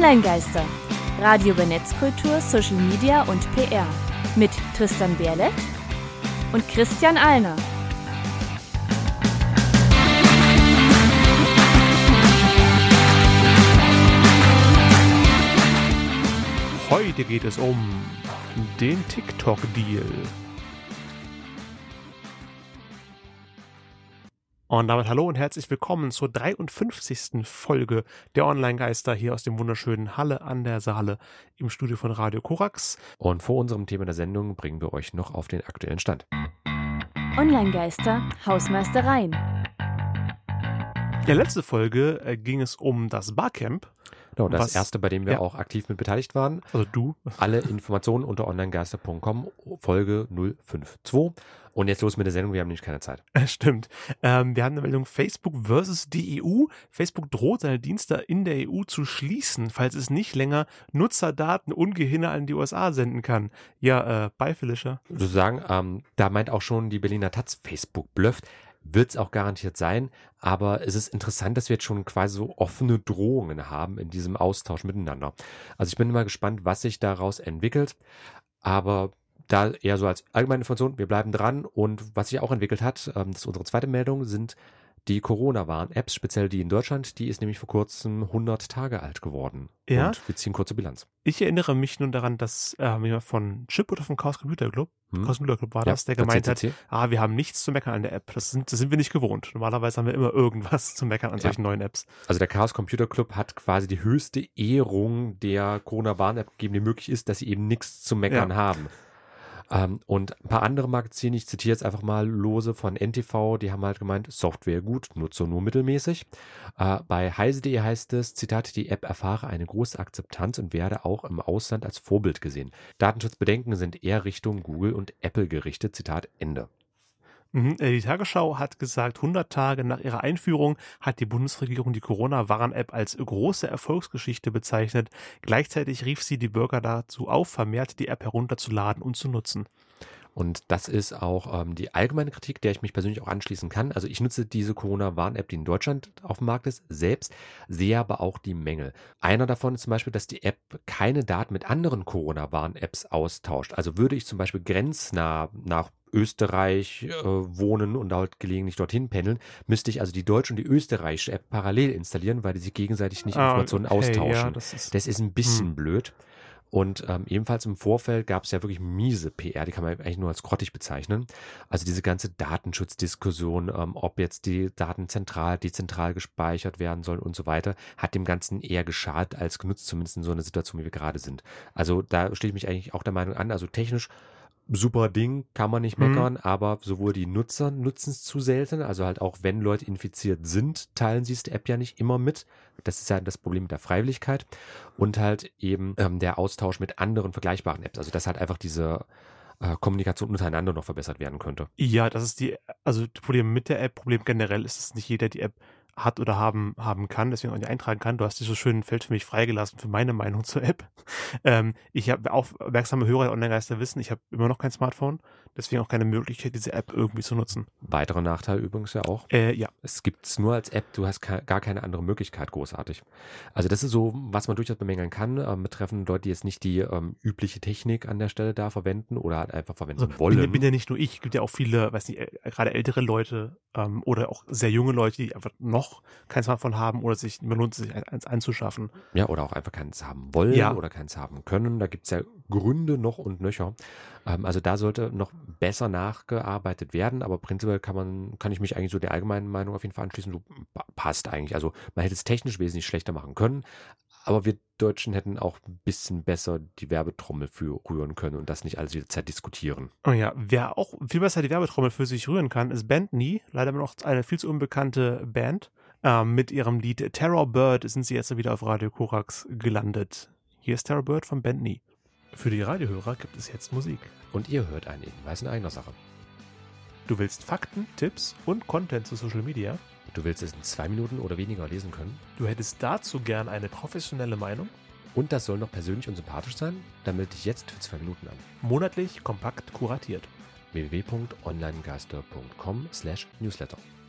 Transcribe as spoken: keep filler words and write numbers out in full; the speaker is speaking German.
Online-Geister. Radio über Netzkultur, Social Media und P R. Mit Tristan Berlet und Christian Alner. Heute geht es um den TikTok-Deal. Und damit hallo und herzlich willkommen zur dreiundfünfzigsten Folge der Online-Geister hier aus dem wunderschönen Halle an der Saale im Studio von Radio Korax. Und vor unserem Thema der Sendung bringen wir euch noch auf den aktuellen Stand. Online-Geister, Hausmeistereien. In der letzten Folge äh, ging es um das Barcamp. Genau, das Was, erste, bei dem wir ja. auch aktiv mit beteiligt waren. Also du. Alle Informationen unter onlinegeister punkt com, Folge null fünf zwei. Und jetzt los mit der Sendung, wir haben nämlich keine Zeit. Stimmt. Ähm, wir haben eine Meldung Facebook versus die E U. Facebook droht seine Dienste in der E U zu schließen, falls es nicht länger Nutzerdaten ungehindert an die U S A senden kann. Ja, äh, bye Felicia. Sozusagen, ähm, da meint auch schon die Berliner Taz, Facebook blufft. Wird es auch garantiert sein, aber es ist interessant, dass wir jetzt schon quasi so offene Drohungen haben in diesem Austausch miteinander. Also ich bin mal gespannt, was sich daraus entwickelt, aber da eher so als allgemeine Information, wir bleiben dran und was sich auch entwickelt hat, das ist unsere zweite Meldung, sind die Corona-Warn-Apps, speziell die in Deutschland, die ist nämlich vor kurzem hundert Tage alt geworden. Ja? Und wir ziehen kurze Bilanz. Ich erinnere mich nun daran, dass äh, jemand von Chip oder vom Chaos Computer Club, Hm. Chaos Computer Club war Ja, das, der der gemeint C C C. hat, ah, wir haben nichts zu meckern an der App. Das sind, das sind wir nicht gewohnt. Normalerweise haben wir immer irgendwas zu meckern an Ja. solchen neuen Apps. Also der Chaos Computer Club hat quasi die höchste Ehrung der Corona-Warn-App gegeben, die möglich ist, dass sie eben nichts zu meckern Ja. haben. Ähm, und ein paar andere Magazine, ich zitiere jetzt einfach mal lose von N T V, die haben halt gemeint, Software gut, Nutzer nur mittelmäßig. Äh, bei heise punkt de heißt es, Zitat, die App erfahre eine große Akzeptanz und werde auch im Ausland als Vorbild gesehen. Datenschutzbedenken sind eher Richtung Google und Apple gerichtet, Zitat Ende. Mhm. Die Tagesschau hat gesagt, hundert Tage nach ihrer Einführung hat die Bundesregierung die Corona-Warn-App als große Erfolgsgeschichte bezeichnet. Gleichzeitig rief sie die Bürger dazu auf, vermehrt die App herunterzuladen und zu nutzen. Und das ist auch ähm, die allgemeine Kritik, der ich mich persönlich auch anschließen kann. Also ich nutze diese Corona-Warn-App, die in Deutschland auf dem Markt ist, selbst, sehe aber auch die Mängel. Einer davon ist zum Beispiel, dass die App keine Daten mit anderen Corona-Warn-Apps austauscht. Also würde ich zum Beispiel grenznah nach Österreich äh, wohnen und halt gelegentlich dorthin pendeln, müsste ich also die deutsche und die österreichische App parallel installieren, weil die sich gegenseitig nicht Ah, Informationen okay, austauschen. ja, das ist- das ist ein bisschen Hm. blöd. Und ähm, ebenfalls im Vorfeld gab es ja wirklich miese P R, die kann man eigentlich nur als grottig bezeichnen. Also diese ganze Datenschutzdiskussion, ähm, ob jetzt die Daten zentral, dezentral gespeichert werden sollen und so weiter, hat dem Ganzen eher geschadet als genutzt, zumindest in so einer Situation, wie wir gerade sind. Also da stehe ich mich eigentlich auch der Meinung an, also technisch super Ding, kann man nicht meckern, mhm. aber sowohl die Nutzer nutzen es zu selten, also halt auch wenn Leute infiziert sind, teilen sie es der App ja nicht immer mit. Das ist ja das Problem mit der Freiwilligkeit und halt eben ähm, der Austausch mit anderen vergleichbaren Apps, also dass halt einfach diese äh, Kommunikation untereinander noch verbessert werden könnte. Ja, das ist die, also das Problem mit der App, Problem generell ist, dass nicht jeder die App hat oder haben, haben kann, deswegen auch nicht eintragen kann. Du hast dich so schön ein Feld für mich freigelassen für meine Meinung zur App. Ähm, ich habe aufmerksame Hörer der Online-Geister wissen, ich habe immer noch kein Smartphone, deswegen auch keine Möglichkeit, diese App irgendwie zu nutzen. Weiterer Nachteil übrigens ja auch. Äh, ja. Es gibt es nur als App, du hast ke- gar keine andere Möglichkeit, großartig. Also das ist so, was man durchaus bemängeln kann, ähm, betreffend Leute, die jetzt nicht die ähm, übliche Technik an der Stelle da verwenden oder halt einfach verwenden Also, wollen. Bin, bin ja nicht nur ich, gibt ja auch viele, weiß nicht, äh, gerade ältere Leute ähm, oder auch sehr junge Leute, die einfach noch kein Smartphone haben oder sich man lohnt sich eins anzuschaffen. Ja, oder auch einfach keins haben wollen Ja. oder keins haben können. Da gibt es ja Gründe noch und nöcher. Ähm, also da sollte noch besser nachgearbeitet werden, aber prinzipiell kann man, kann ich mich eigentlich so der allgemeinen Meinung auf jeden Fall anschließen, so pa- passt eigentlich. Also man hätte es technisch wesentlich schlechter machen können, aber wir Deutschen hätten auch ein bisschen besser die Werbetrommel für rühren können und das nicht alles jede Zeit diskutieren. Oh ja, wer auch viel besser die Werbetrommel für sich rühren kann, ist Bandney, leider immer noch eine viel zu unbekannte Band. Ähm, mit ihrem Lied Terror Bird sind sie jetzt wieder auf Radio Korax gelandet. Hier ist Terror Bird von Bandney. Für die Radiohörer gibt es jetzt Musik. Und ihr hört einen Hinweis in eigener Sache. Du willst Fakten, Tipps und Content zu Social Media? Du willst es in zwei Minuten oder weniger lesen können? Du hättest dazu gern eine professionelle Meinung? Und das soll noch persönlich und sympathisch sein? Dann melde dich jetzt für zwei Minuten an. Monatlich kompakt kuratiert. w w w punkt onlinegeister punkt com slash newsletter